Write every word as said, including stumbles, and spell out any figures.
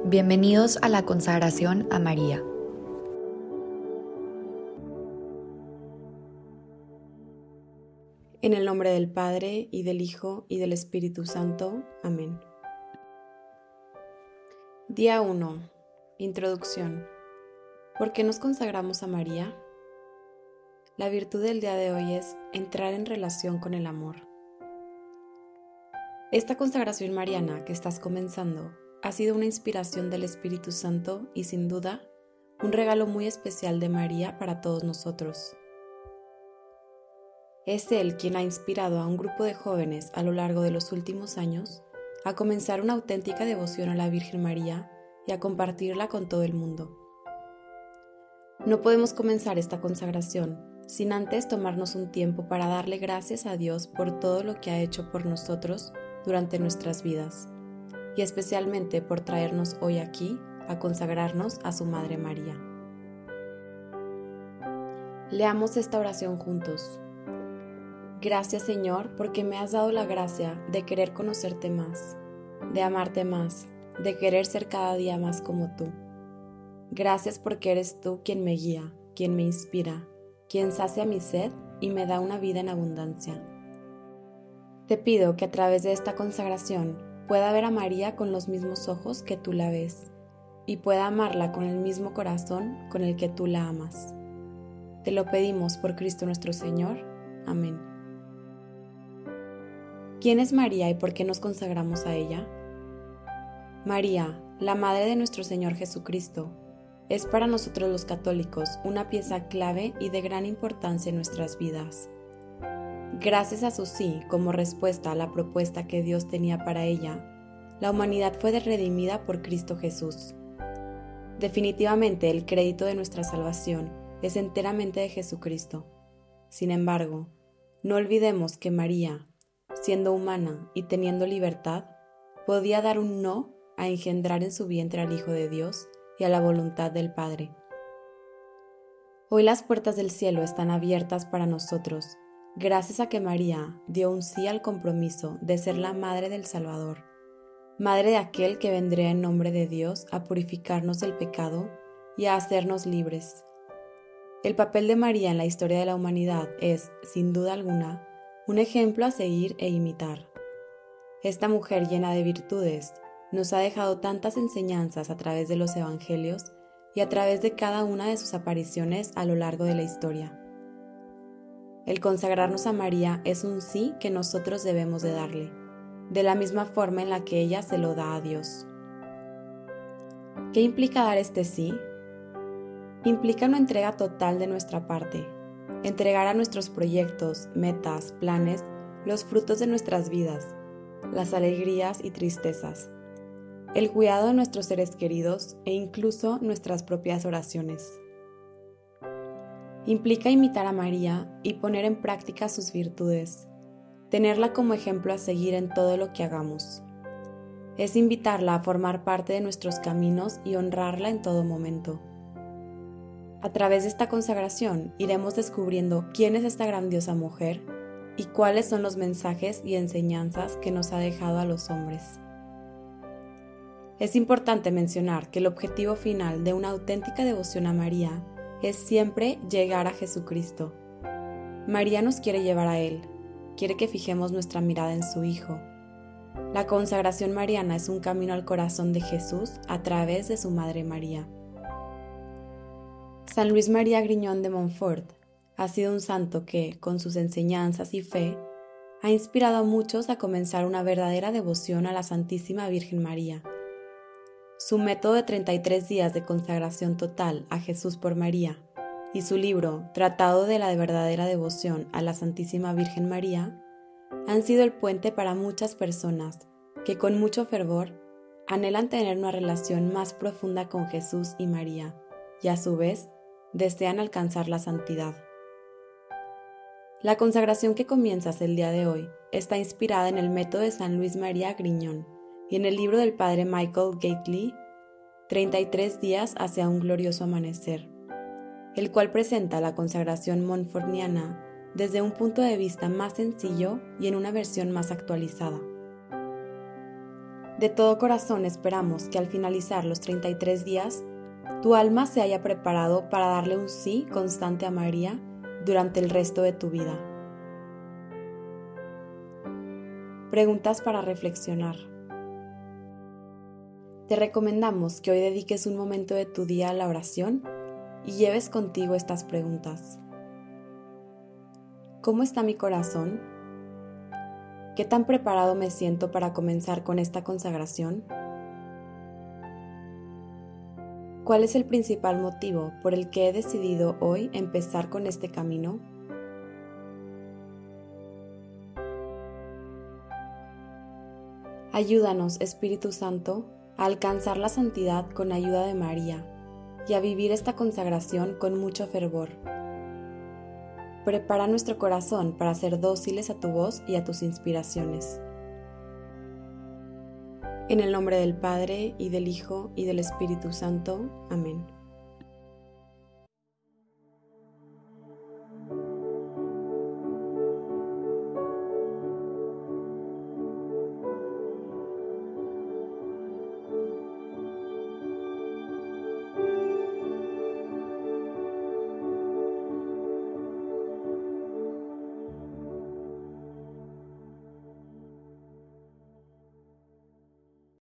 Bienvenidos a la consagración a María. En el nombre del Padre, y del Hijo, y del Espíritu Santo. Amén. Día uno. Introducción. ¿Por qué nos consagramos a María? La virtud del día de hoy es entrar en relación con el amor. Esta consagración mariana que estás comenzando ha sido una inspiración del Espíritu Santo y sin duda un regalo muy especial de María para todos nosotros. Es Él quien ha inspirado a un grupo de jóvenes a lo largo de los últimos años a comenzar una auténtica devoción a la Virgen María y a compartirla con todo el mundo. No podemos comenzar esta consagración sin antes tomarnos un tiempo para darle gracias a Dios por todo lo que ha hecho por nosotros durante nuestras vidas, y especialmente por traernos hoy aquí a consagrarnos a su Madre María. Leamos esta oración juntos. Gracias, Señor, porque me has dado la gracia de querer conocerte más, de amarte más, de querer ser cada día más como tú. Gracias porque eres tú quien me guía, quien me inspira, quien sacia mi sed y me da una vida en abundancia. Te pido que a través de esta consagración pueda ver a María con los mismos ojos que tú la ves y pueda amarla con el mismo corazón con el que tú la amas. Te lo pedimos por Cristo nuestro Señor. Amén. ¿Quién es María y por qué nos consagramos a ella? María, la Madre de nuestro Señor Jesucristo, es para nosotros los católicos una pieza clave y de gran importancia en nuestras vidas. Gracias a su sí como respuesta a la propuesta que Dios tenía para ella, la humanidad fue redimida por Cristo Jesús. Definitivamente el crédito de nuestra salvación es enteramente de Jesucristo. Sin embargo, no olvidemos que María, siendo humana y teniendo libertad, podía dar un no a engendrar en su vientre al Hijo de Dios y a la voluntad del Padre. Hoy las puertas del cielo están abiertas para nosotros, gracias a que María dio un sí al compromiso de ser la Madre del Salvador, Madre de aquel que vendría en nombre de Dios a purificarnos del pecado y a hacernos libres. El papel de María en la historia de la humanidad es, sin duda alguna, un ejemplo a seguir e imitar. Esta mujer llena de virtudes nos ha dejado tantas enseñanzas a través de los evangelios y a través de cada una de sus apariciones a lo largo de la historia. El consagrarnos a María es un sí que nosotros debemos de darle, de la misma forma en la que ella se lo da a Dios. ¿Qué implica dar este sí? Implica una entrega total de nuestra parte, entregar a nuestros proyectos, metas, planes, los frutos de nuestras vidas, las alegrías y tristezas, el cuidado de nuestros seres queridos e incluso nuestras propias oraciones. Implica imitar a María y poner en práctica sus virtudes, tenerla como ejemplo a seguir en todo lo que hagamos. Es invitarla a formar parte de nuestros caminos y honrarla en todo momento. A través de esta consagración iremos descubriendo quién es esta grandiosa mujer y cuáles son los mensajes y enseñanzas que nos ha dejado a los hombres. Es importante mencionar que el objetivo final de una auténtica devoción a María es siempre llegar a Jesucristo. María nos quiere llevar a Él, quiere que fijemos nuestra mirada en su Hijo. La consagración mariana es un camino al corazón de Jesús a través de su Madre María. San Luis María Griñón de Montfort ha sido un santo que, con sus enseñanzas y fe, ha inspirado a muchos a comenzar una verdadera devoción a la Santísima Virgen María. Su método de treinta y tres días de consagración total a Jesús por María y su libro Tratado de la verdadera devoción a la Santísima Virgen María han sido el puente para muchas personas que con mucho fervor anhelan tener una relación más profunda con Jesús y María y a su vez desean alcanzar la santidad. La consagración que comienzas el día de hoy está inspirada en el método de San Luis María Griñón y en el libro del padre Michael Gaitley, treinta y tres días hacia un glorioso amanecer, el cual presenta la consagración montfortiana desde un punto de vista más sencillo y en una versión más actualizada. De todo corazón esperamos que al finalizar los treinta y tres días, tu alma se haya preparado para darle un sí constante a María durante el resto de tu vida. Preguntas para reflexionar. Te recomendamos que hoy dediques un momento de tu día a la oración y lleves contigo estas preguntas. ¿Cómo está mi corazón? ¿Qué tan preparado me siento para comenzar con esta consagración? ¿Cuál es el principal motivo por el que he decidido hoy empezar con este camino? Ayúdanos, Espíritu Santo, a alcanzar la santidad con ayuda de María y a vivir esta consagración con mucho fervor. Prepara nuestro corazón para ser dóciles a tu voz y a tus inspiraciones. En el nombre del Padre, y del Hijo, y del Espíritu Santo. Amén.